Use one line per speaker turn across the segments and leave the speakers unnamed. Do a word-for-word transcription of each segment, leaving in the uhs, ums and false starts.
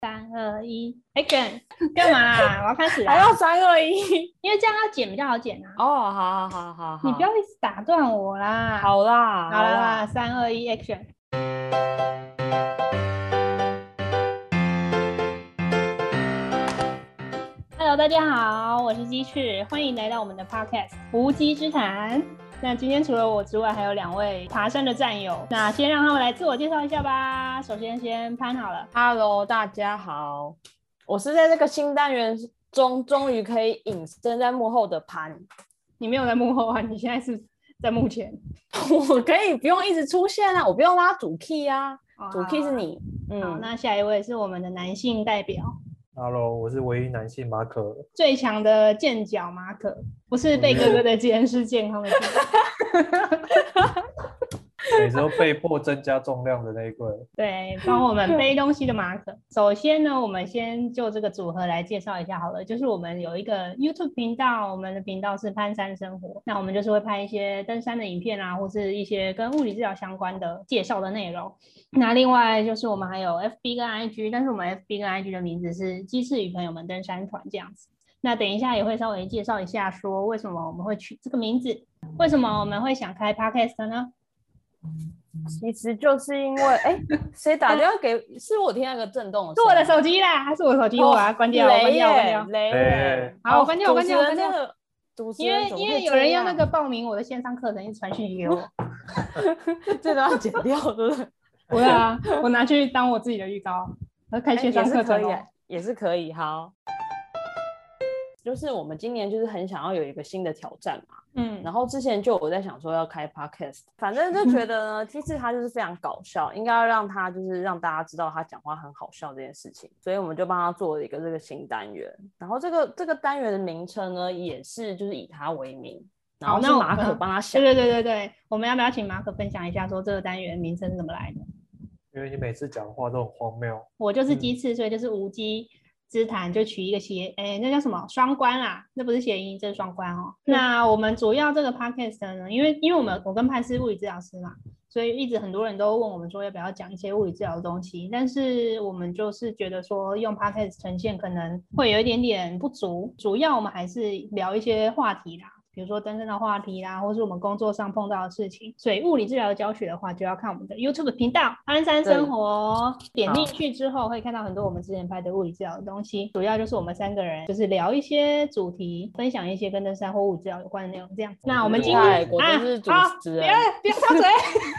三二一 ，Action！ 干嘛啦？我要开始啦！
还要三二一，
因为这样要剪比较好剪啊。
哦，好好好好好，
你不要一直打断我啦。
好啦，
好啦啦，三二一 ，Action！ Hello， 大家好，我是鸡翅，欢迎来到我们的 Podcast 无稽之谈。那今天除了我之外，还有两位爬山的战友。那先让他们来自我介绍一下吧。首先，先潘好了。
Hello， 大家好，我是在这个新单元中终于可以隐身在幕后的潘。
你没有在幕后啊，你现在是在幕前。
我可以不用一直出现啊，我不用拉主 key 啊，
哦、
主 key 是你。
嗯，好，那下一位是我们的男性代表。
Hello， 我是唯一男性马可，
最强的健脚马可，不是被哥哥的健是健康的健。
每次都被迫增加重量的那一个。
对，帮我们背东西的马可。首先呢，我们先就这个组合来介绍一下好了，就是我们有一个 YouTube 频道，我们的频道是攀山生活，那我们就是会拍一些登山的影片啊，或是一些跟物理治疗相关的介绍的内容。那另外就是我们还有 F B 跟 I G， 但是我们 F B 跟 I G 的名字是鸡翅与朋友们登山团这样子。那等一下也会稍微介绍一下说为什么我们会取这个名字，为什么我们会想开 Podcast 呢？
其实就是因为，哎，谁打电话给？是我听那个震动的声音，
是我的手机啦，它是我的手机，我把它关掉，我关掉，我关掉。
雷耶！
好，我关掉，我关掉，我关掉。因为因为有人要那个报名我的线上课程，一直传讯息给我，
这都要剪掉，对不对？
不会啊，我拿去当我自己的预告，然后开线上课程
哦，也是可以。好，就是我们今年就是很想要有一个新的挑战嘛，嗯，然后之前就我在想说要开 podcast， 反正就觉得呢，其实他就是非常搞笑，应该要让他就是让大家知道他讲话很好笑这件事情，所以我们就帮他做了一个这个新单元，然后这个这个单元的名称呢，也是就是以他为名，然后是马可帮他想。
对对对对对，我们要不要请马可分享一下说这个单元名称是怎么来的？
因为你每次讲话都很荒谬。
我就是鸡翅，嗯、所以就是无稽之谈，就取一个谐，哎，那叫什么双关啦？那不是谐音，这是双关哦。嗯、那我们主要这个 podcast 呢，因为因为我们我跟潘是物理治疗师嘛，所以一直很多人都问我们说要不要讲一些物理治疗的东西，但是我们就是觉得说用 podcast 呈现可能会有一点点不足，主要我们还是聊一些话题啦。比如说登山的话题啦，或是我们工作上碰到的事情，所以物理治疗的教学的话，就要看我们的 YouTube 频道攀山生活。点进去之后，会看到很多我们之前拍的物理治疗的东西，主要就是我们三个人就是聊一些主题，分享一些跟登山或物理治疗有关的内容，这样。那我们今天
果真是主持人，
别别插嘴，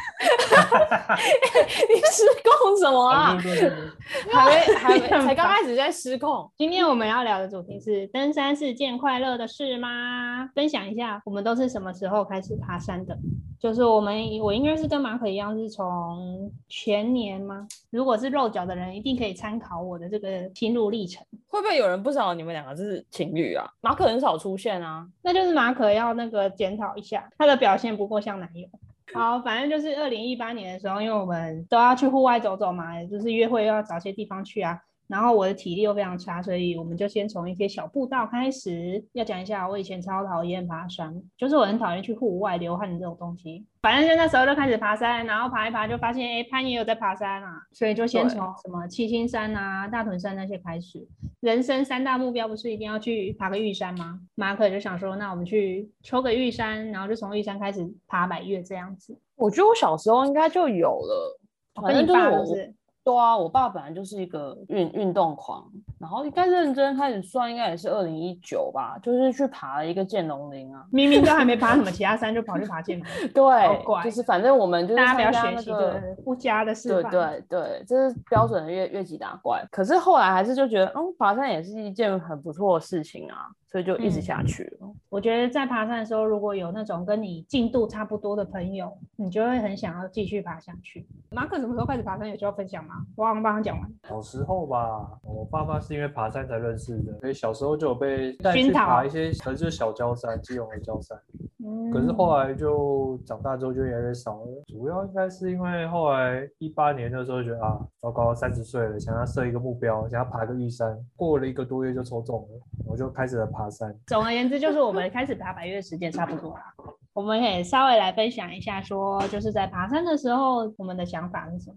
你失控什么啊？还没还没才刚开始在失控。
今天我们要聊的主题是登山是件快乐的事吗？分享一下我们都是什么时候开始爬山的，就是我们我应该是跟马可一样是从前年吗？如果是肉脚的人一定可以参考我的这个心路历程。
会不会有人不知道你们两个是情侣啊？马可很少出现啊，
那就是马可要那个检讨一下他的表现不够像男友。好，反正就是二零一八年的时候，因为我们都要去户外走走嘛，就是约会要找些地方去啊，然后我的体力又非常差，所以我们就先从一些小步道开始。要讲一下，我以前超讨厌爬山，就是我很讨厌去户外流汗的这种东西。反正就那时候就开始爬山，然后爬一爬就发现，哎，潘也有在爬山啊，所以就先从什么七星山啊、大屯山那些开始。人生三大目标不是一定要去爬个玉山吗？马可就想说，那我们去抽个玉山，然后就从玉山开始爬百岳这样子。
我觉得我小时候应该就有了，
反正就是我。是
对啊，我爸本来就是一个运运动狂，然后应该认真开始算，应该也是二零一九吧，就是去爬了一个剑龙岭啊，
明明都还没爬什么其他山，就跑去爬剑龙岭。
对，就是反正我们就是
大家不要学习这不佳的示范。
对对对，这是标准的越越级打怪。可是后来还是就觉得，嗯，爬山也是一件很不错的事情啊。所以就一直下去了、嗯。
我觉得在爬山的时候，如果有那种跟你进度差不多的朋友，你就会很想要继续爬下去。马可什么时候开始爬山？有需要分享吗？我好像帮他讲完。
小时候吧，我爸爸是因为爬山才认识的，所以小时候就有被带去爬一些，可能就是小郊山、基隆的郊山。嗯，可是后来就长大之后就越来越少了，主要应该是因为后来一八年的时候觉得啊，糟糕，三十岁了，想要设一个目标，想要爬个玉山，过了一个多月就抽中了，我就开始了爬山。
总而言之，就是我们开始爬百岳时间差不多啦。我们可以稍微来分享一下说，就是在爬山的时候，我们的想法是什么？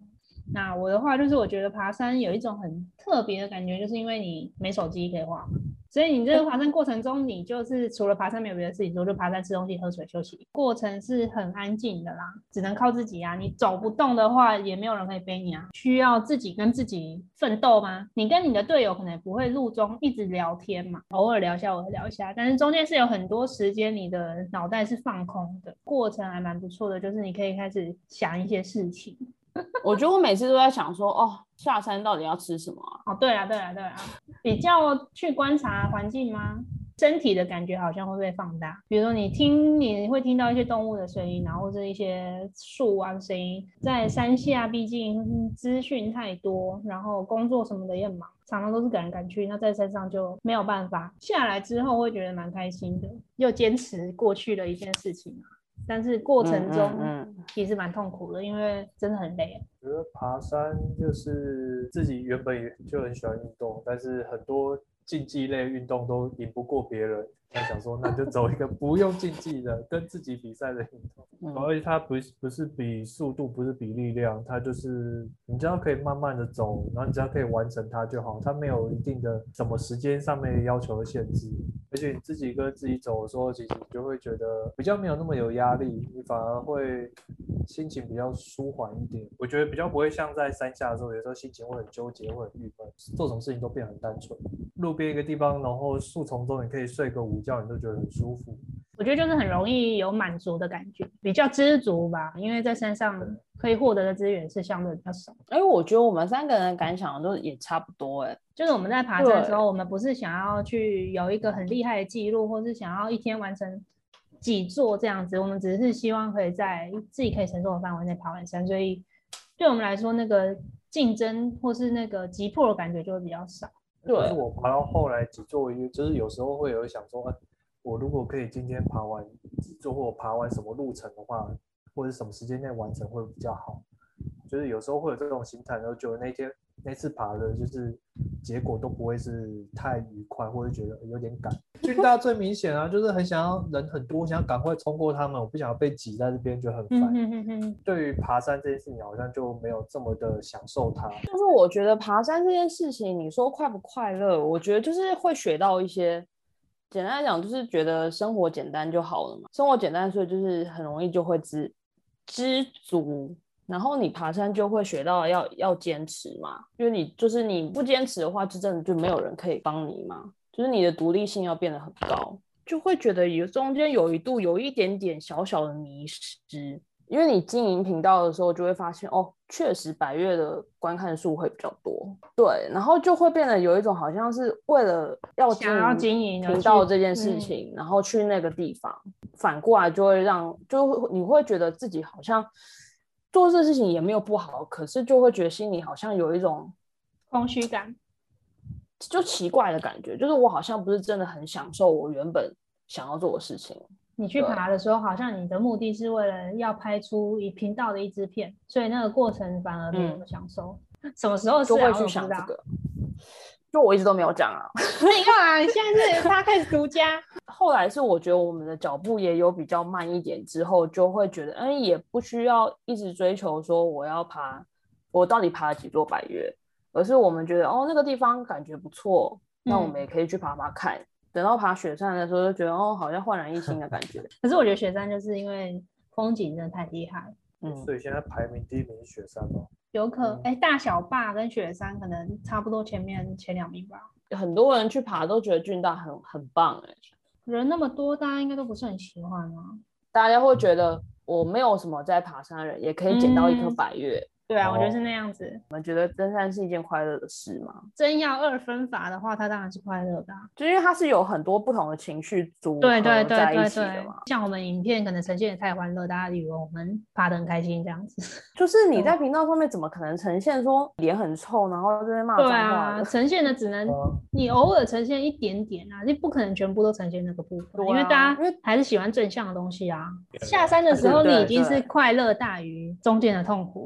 那我的话就是我觉得爬山有一种很特别的感觉，就是因为你没手机可以滑，所以你这个爬山过程中，你就是除了爬山没有别的事情做，就爬山吃东西喝水休息，过程是很安静的啦，只能靠自己啊。你走不动的话也没有人可以背你啊，需要自己跟自己奋斗吗？你跟你的队友可能也不会路中一直聊天嘛，偶尔聊一下偶尔聊一下，但是中间是有很多时间你的脑袋是放空的，过程还蛮不错的，就是你可以开始想一些事情。
我觉得我每次都在想说，哦，下山到底要吃什么啊？
哦，对啊，对啊，对啊，比较去观察环境吗？身体的感觉好像会被放大，比如说你听，你会听到一些动物的声音，然后是一些树啊的声音。在山下，毕竟资讯太多，然后工作什么的也很忙，常常都是赶来赶去。那在山上就没有办法，下来之后会觉得蛮开心的，又坚持过去的一件事情啊。但是过程中其实蛮痛苦的，因为真的很累。
我觉得爬山就是自己原本就很喜欢运动，但是很多竞技类运动都赢不过别人，那想说那就走一个不用竞技的跟自己比赛的运动。嗯、而且它不是不是比速度，不是比力量，它就是你只要可以慢慢的走，然后你只要可以完成它就好，它没有一定的什么时间上面要求的限制。而且你自己跟自己走的时候，其实你就会觉得比较没有那么有压力，你反而会心情比较舒缓一点。我觉得比较不会像在山下的时候，有时候心情会很纠结，会很郁闷，做什么事情都变得很单纯。路边一个地方，然后树丛中你可以睡个午觉，你都觉得很舒服。
我觉得就是很容易有满足的感觉，比较知足吧，因为在山上可以获得的资源是相对比较少。
哎、欸，我觉得我们三个人的感想都也差不多哎、欸。
就是我们在爬山的时候，我们不是想要去有一个很厉害的记录，或是想要一天完成几座这样子，我们只是希望可以在自己可以承受的范围内爬完山，所以对我们来说，那个竞争或是那个急迫的感觉就会比较少。
对，可是我爬到后来几座，就是有时候会有想说，啊、我如果可以今天爬完几座，或爬完什么路程的话，或者什么时间内完成会比较好。就是有时候会有这种心态，然后觉得那天那次爬的就是结果都不会是太愉快，或者觉得有点赶。军大最明显啊，就是很想要人很多，想要赶快冲过他们，我不想要被挤在这边，觉得很烦。嗯哼哼哼。对于爬山这件事情，好像就没有这么的享受它。
但是我觉得爬山这件事情，你说快不快乐？我觉得就是会学到一些。简单来讲，就是觉得生活简单就好了嘛。生活简单，所以就是很容易就会知知足。然后你爬山就会学到要要坚持嘛，因为你就是你不坚持的话，就真的就没有人可以帮你嘛，就是你的独立性要变得很高，就会觉得有中间有一度有一点点小小的迷失，因为你经营频道的时候就会发现哦，确实百岳的观看数会比较多，对，然后就会变得有一种好像是为了要经营频道这件事情，然后去那个地方，反过来就会让就你会觉得自己好像做这事情也没有不好，可是就会觉得心里好像有一种
空虚感，
就奇怪的感觉，就是我好像不是真的很享受我原本想要做的事情。
你去爬的时候，好像你的目的是为了要拍出一频道的一支片，所以那个过程反而没有享受。嗯、什么时候
就会去想这个？就我一直都没有讲啊。
那你干嘛？你现在是他开始独家。
后来是我觉得我们的脚步也有比较慢一点，之后就会觉得，嗯，也不需要一直追求说我要爬，我到底爬了几座百岳，而是我们觉得哦那个地方感觉不错，那我们也可以去爬爬看。嗯、等到爬雪山的时候，就觉得哦好像焕然一新的感觉。
可是我觉得雪山就是因为风景真的太厉害，
嗯，所以现在排名第一名是雪山吗？
有可能，哎、嗯欸，大小坝跟雪山可能差不多前面前两名吧。
很多人去爬都觉得俊大很很棒哎、欸，
人那么多，大家应该都不是很喜欢吗？
大家会觉得我没有什么在爬山的人，也可以捡到一颗百岳。嗯
对啊，我觉得是那样子。
我们觉得登山是一件快乐的事吗？
真要二分法的话，它当然是快乐的、啊，
就因为它是有很多不同的情绪组合在一起的嘛。
像我们影片可能呈现的太欢乐，大家以为我们爬得很开心这样子。
就是你在频道上面怎么可能呈现说脸很臭，然后在那边骂脏话？
对啊，呈现的只能你偶尔呈现一点点啊，你不可能全部都呈现那个部分，啊、因为大家还是喜欢正向的东西啊。下山的时候，你已经是快乐大于中间的痛苦了。
对。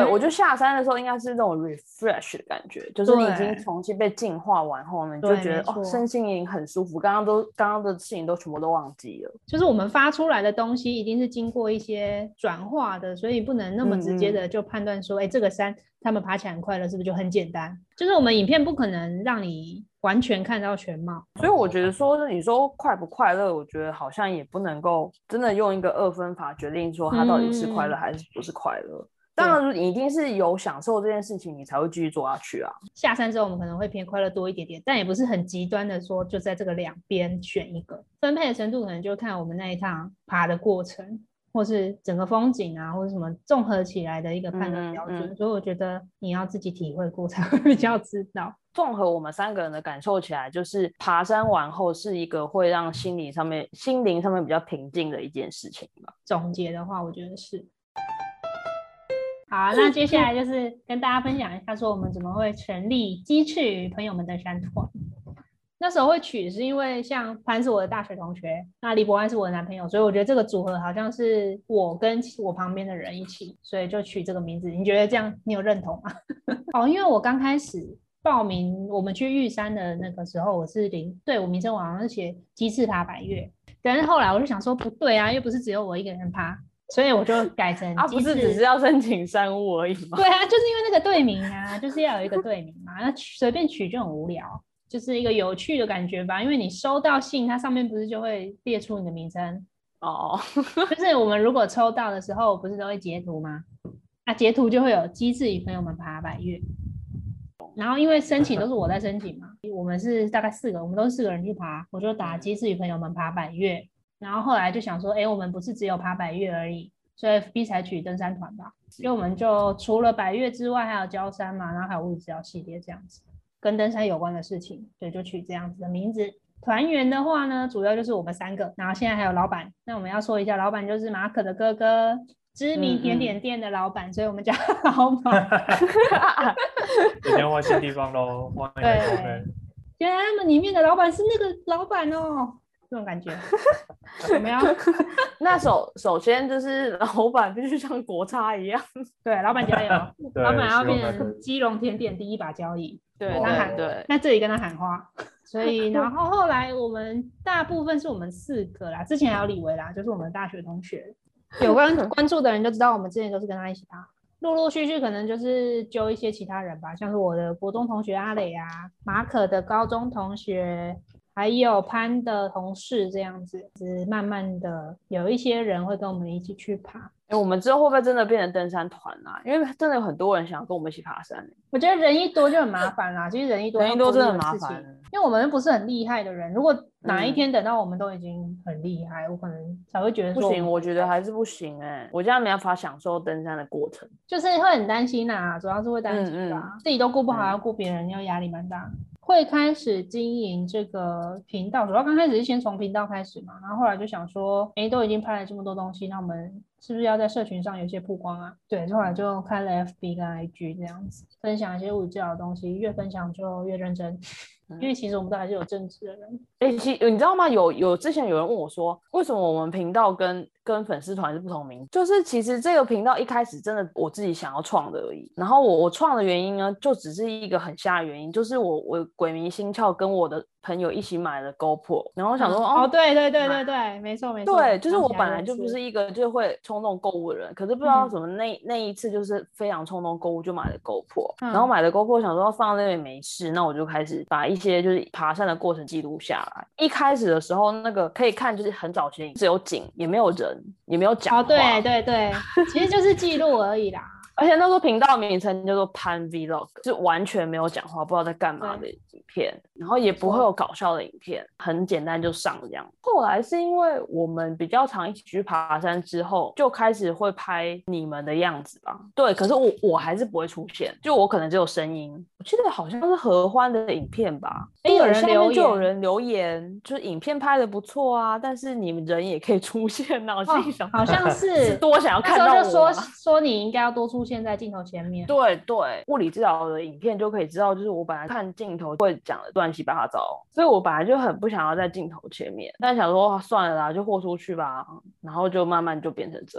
我觉得下山的时候应该是那种 refresh 的感觉，就是你已经重新被净化完后呢，你就觉得哦，身心灵很舒服，刚刚都刚刚的事情都全部都忘记了。
就是我们发出来的东西一定是经过一些转化的，所以不能那么直接的就判断说，哎、嗯嗯，这个山他们爬起来很快乐，是不是就很简单？就是我们影片不可能让你完全看到全貌，
所以我觉得说，你说快不快乐，我觉得好像也不能够真的用一个二分法决定说它到底是快乐还是不是快乐。嗯，当然你一定是有享受这件事情，你才会继续做下去啊。
下山之后我们可能会偏快乐多一点点，但也不是很极端的说就在这个两边选一个，分配的程度可能就看我们那一趟爬的过程或是整个风景啊，或者什么综合起来的一个判断标准、嗯嗯、所以我觉得你要自己体会过才会比较知道。
综合我们三个人的感受起来，就是爬山完后是一个会让心理上面心灵上面比较平静的一件事情吧。
总结的话我觉得是。好，那接下来就是跟大家分享一下说我们怎么会成立鸡翅与朋友们登山团。那时候会取是因为像潘是我的大学同学，那李博安是我的男朋友，所以我觉得这个组合好像是我跟我旁边的人一起，所以就取这个名字。你觉得这样你有认同吗？哦，因为我刚开始报名我们去玉山的那个时候，我是零对我名称我好像是写鸡翅爬百岳，但是后来我就想说不对啊，又不是只有我一个人爬，所以我就改成
啊，不是只是要申请山屋而已吗？
对啊，就是因为那个队名啊，就是要有一个队名嘛，那随便取就很无聊，就是一个有趣的感觉吧。因为你收到信，它上面不是就会列出你的名称哦，就是我们如果抽到的时候，不是都会截图吗？啊，截图就会有鸡翅与朋友们爬百岳。然后因为申请都是我在申请嘛，我们是大概四个，我们都是四个人去爬，我就打鸡翅与朋友们爬百岳。然后后来就想说，哎，我们不是只有爬百岳而已，所以 F B 才取登山团吧。因为我们就除了百岳之外，还有郊山嘛，然后还有物理治疗系列这样子，跟登山有关的事情，所以就取这样子的名字。团员的话呢，主要就是我们三个，然后现在还有老板。那我们要说一下，老板就是马可的哥哥，知名甜点店的老板，嗯嗯，所以我们叫老板。
今天换新地方咯，欢迎来收费。
原来他们里面的老板是那个老板哦，这种感觉。有没有？
那首首先就是老板必须像国差一样，
对，老板加油，老板要变成基隆甜点第一把交椅，
对，
他喊
对，
那这里跟他喊话。所以然后后来我们大部分是我们四个啦，之前还有李维啦，就是我们大学同学，有关关注的人就知道我们之前都是跟他一起爬，陆陆续续可能就是揪一些其他人吧，像是我的国中同学阿磊啊，马可的高中同学，还有潘的同事，这样子是慢慢的有一些人会跟我们一起去爬。
欸、我们之后会不会真的变成登山团啊？因为真的有很多人想要跟我们一起爬山、欸。
我觉得人一多就很麻烦啦，其实人一多
人一多真的很麻烦，
因为我们不是很厉害的人，如果哪一天等到我们都已经很厉害、嗯、我可能才会觉得说
不行，我觉得还是不行哎、欸，我这样没办法享受登山的过程，
就是会很担心啦，主要是会担心啦、嗯嗯，自己都顾不好，要顾别人，要压力蛮大。会开始经营这个频道，主要刚开始是先从频道开始嘛，然后后来就想说，哎，都已经拍了这么多东西，那我们是不是要在社群上有一些曝光啊？对，后来就开了 F B 跟 I G 这样子，分享一些物理治疗的东西，越分享就越认真。因为其实我们都还是有正直的人。
哎、欸，其你知道吗？有有之前有人问我说，为什么我们频道跟跟粉丝团是不同名字？就是其实这个频道一开始真的我自己想要创的而已。然后我我创的原因呢，就只是一个很瞎的原因，就是我我鬼迷心窍跟我的朋友一起买了 GoPro， 然后我想说、
嗯、哦，对对对对对，没错没错。
对，就是我本来就不是一个就会冲动购物的人，可是不知道怎么那、嗯、那一次就是非常冲动购物，就买了 GoPro，、嗯、然后买了 GoPro 想说放在那边没事，那我就开始把一些就是爬山的过程记录下来。一开始的时候，那个可以看就是很早前只有景，也没有人，也没有讲话。
哦，对对对，其实就是记录而已啦。
而且那时候频道名称叫做潘 Vlog， 就完全没有讲话，不知道在干嘛的影片，然后也不会有搞笑的影片，很简单就上这样。后来是因为我们比较常一起去爬山之后，就开始会拍你们的样子吧。对，可是我我还是不会出现，就我可能只有声音。我记得好像是合欢的影片吧。
哎，有人留言，
就有人留言，就是影片拍的不错啊，但是你们人也可以出现啊。我心里想、
哦，好像是
是多想要看到我、啊。
那时候就说说你应该要多出现在镜头前面。
对对，物理治疗的影片就可以知道，就是我本来看镜头会讲的乱七八糟，所以我本来就很不想要在镜头前面，但想说、啊、算了啦，就豁出去吧，然后就慢慢就变成这样。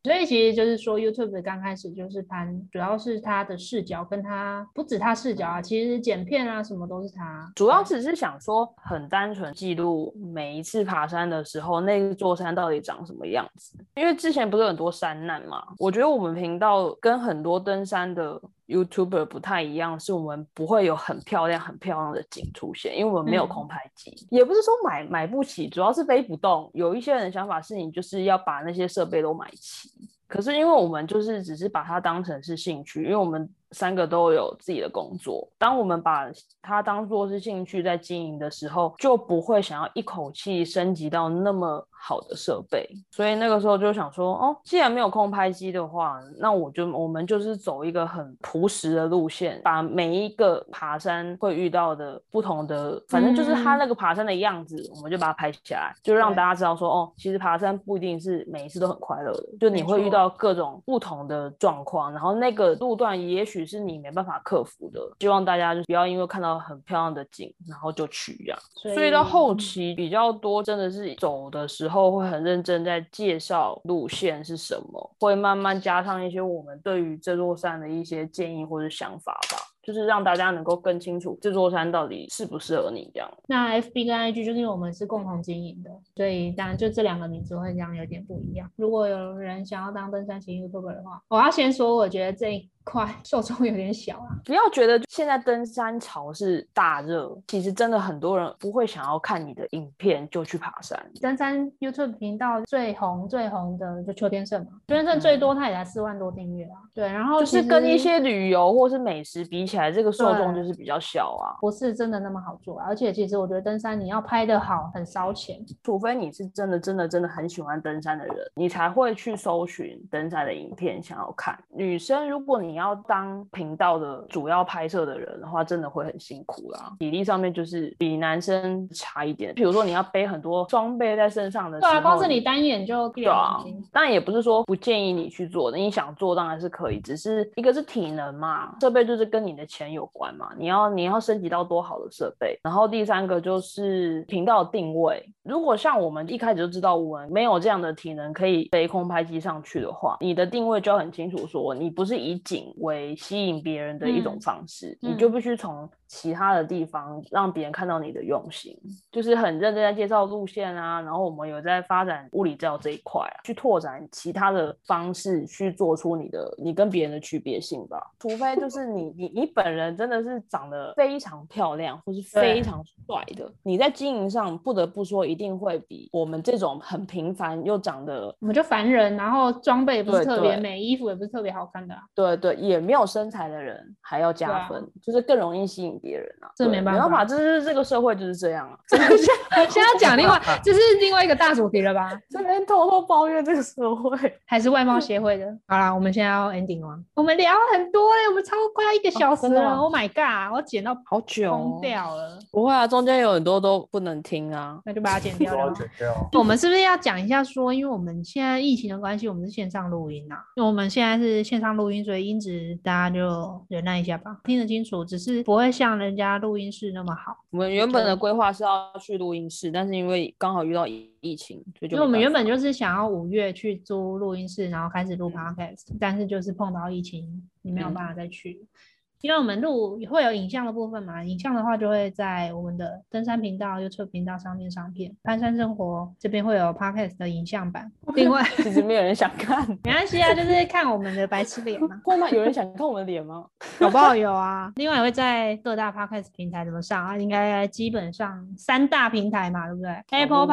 所以其实就是说 YouTube 刚开始就是攀，主要是他的视角跟他不止他视角啊，其实剪片啊什么都是他，
主要只是想说很单纯记录每一次爬山的时候那座山到底长什么样子，因为之前不是很多山难嘛，我觉得我们频道跟很多登山的YouTuber 不太一样，是我们不会有很漂亮很漂亮的景出现，因为我们没有空拍机、嗯、也不是说买买不起，主要是背不动。有一些人的想法是你就是要把那些设备都买齐，可是因为我们就是只是把它当成是兴趣，因为我们三个都有自己的工作，当我们把它当作是兴趣在经营的时候，就不会想要一口气升级到那么好的设备，所以那个时候就想说，哦，既然没有空拍机的话，那我就我们就是走一个很朴实的路线，把每一个爬山会遇到的不同的，反正就是他那个爬山的样子、嗯、我们就把它拍下来，就让大家知道说，哦，其实爬山不一定是每一次都很快乐的，就你会遇到各种不同的状况，然后那个路段也许是你没办法克服的，希望大家就不要因为看到很漂亮的景然后就去这样。所以, 所以到后期比较多真的是走的时候会很认真在介绍路线是什么，会慢慢加上一些我们对于这座山的一些建议或者想法吧，就是让大家能够更清楚这座山到底适不适合你这样。
那 F B 跟 I G 就是因为我们是共同经营的，所以当然就这两个名字会这样有点不一样。如果有人想要当登山型 YouTuber 的话，我要先说我觉得这一块受众有点小啊，
不要觉得现在登山潮是大热，其实真的很多人不会想要看你的影片就去爬山。
登山 YouTube 频道最红最红的就邱天胜嘛，邱天胜最多他也才四万多订阅啊、嗯、对，然后
就是跟一些旅游或是美食比起来，这个受众就是比较小啊，
不是真的那么好做、啊、而且其实我觉得登山你要拍得好很烧钱，
除非你是真的真的真的很喜欢登山的人，你才会去搜寻登山的影片想要看。女生如果你要当频道的主要拍摄的人的话，真的会很辛苦啦，体力上面就是比男生差一点。比如说你要背很多装备在身上的时候，
对啊，光是你单眼就
对啊，当然也不是说不建议你去做的，你想做当然是可以，只是一个是体能嘛，设备就是跟你的钱有关嘛，你要你要升级到多好的设备。然后第三个就是频道的定位，如果像我们一开始就知道我们没有这样的体能可以背空拍机上去的话，你的定位就要很清楚，说你不是以景为吸引别人的一种方式、嗯、你就必须从其他的地方让别人看到你的用心，就是很认真在介绍路线啊，然后我们有在发展物理治疗这一块、啊、去拓展其他的方式去做出你的你跟别人的区别性吧。除非就是你你你本人真的是长得非常漂亮或是非常帅的，你在经营上不得不说一定会比我们这种很平凡又长得
我们就凡人，然后装备也不是特别美，衣服也不是特别好看的、啊、
对对，也没有身材的人还要加分、啊、就是更容易吸引别人啊，
这没办法，
没办法，这是这个社会就是这样啊。
现在要讲另外，这是另外一个大主题了吧？
这边偷偷抱怨这个社会，
还是外貌协会的。好啦，我们现在要 ending 了，我们聊很多哎、欸，我们超过快要一个小时了、哦、，Oh my god， 我剪到
好久，
疯掉了。
不会啊，中间有很多都不能听啊，
那就把它剪掉了。剪掉。我们是不是要讲一下说，因为我们现在疫情的关系，我们是线上录音啊，因为我们现在是线上录音，所以音质大家就忍耐一下吧，听得清楚，只是不会像人家录音室那么好。
我们原本的规划是要去录音室，但是因为刚好遇到疫情，所以就
因为我们原本就是想要五月去租录音室，然后开始录 podcast、嗯、但是就是碰到疫情，你没有办法再去。嗯，因为我们录会有影像的部分嘛，影像的话就会在我们的登山频道 YouTube 频道上面上片，攀山生活这边会有 Podcast 的影像版。另外
其实没有人想看
没关系啊，就是看我们的白痴脸嘛。
会吗？有人想看我们的脸吗？
搞不好有啊。另外也会在各大 Podcast 平台怎么上啊，应该基本上三大平台嘛，对不对？ Apple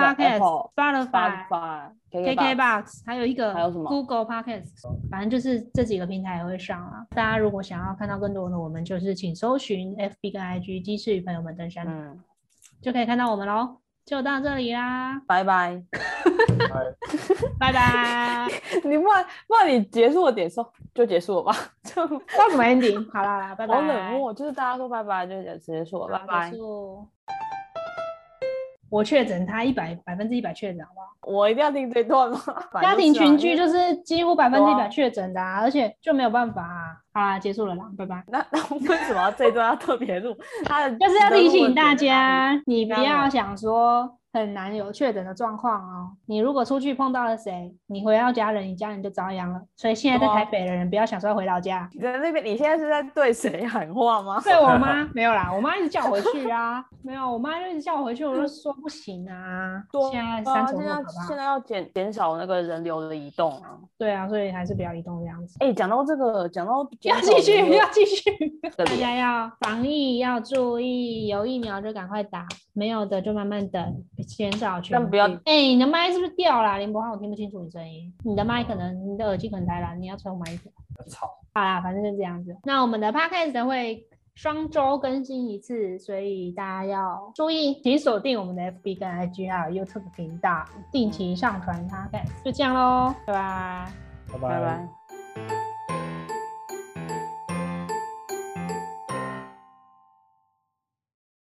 Podcast、Spotify、K K box 还有一个 Google Podcast， 反正就是这几个平台也会上啊。大家如果想要看到更多的我们，就是请搜寻 F B 跟 I G 鸡翅与朋友们登山、嗯、就可以看到我们咯。就到这里啦，
拜拜
拜拜
你不然不然你结束的点说就结束了吧，就
到什么 ending 好啦啦拜拜。
好冷漠，就是大家说拜拜就直接说拜拜。
我确诊，他一百百分之一百确诊，好不好？
我一定要听这段吗？
家庭群居就是几乎百分之一百确诊的、啊，而且就没有办法啊。好啦，结束了啦，拜拜。
那那为什么这一段要特别录？他
就是要提醒大家，你不要想说很难有确诊的状况哦。你如果出去碰到了谁，你回到家人，你家人就遭殃了。所以现在在台北的人不要想说要回老家。
你在那边，你现在是在对谁喊话吗？
对我妈没有啦，我妈一直叫我回去啊，没有，我妈就一直叫我回去，我就说不行啊。现在三重那么可怕，
现在要减减少那个人流的移动啊。
对啊，所以还是不要移动这样子。
哎、欸，讲到这个，讲到
要继续，要继续，大家要防疫要注意，有疫苗就赶快打，没有的就慢慢等，减少群。
但不要，
哎、欸，你的麦是不是掉了？林博翰，我听不清楚你声音。你的麦可能，你的耳机可能太烂，你要重买一个。
吵。
好啦，反正就这样子。那我们的 podcast 会双周更新一次，所以大家要注意，请锁定我们的 F B 跟 I G 还有 YouTube 频道，定期上传 podcast。就这样咯，拜拜，
拜拜。
拜拜。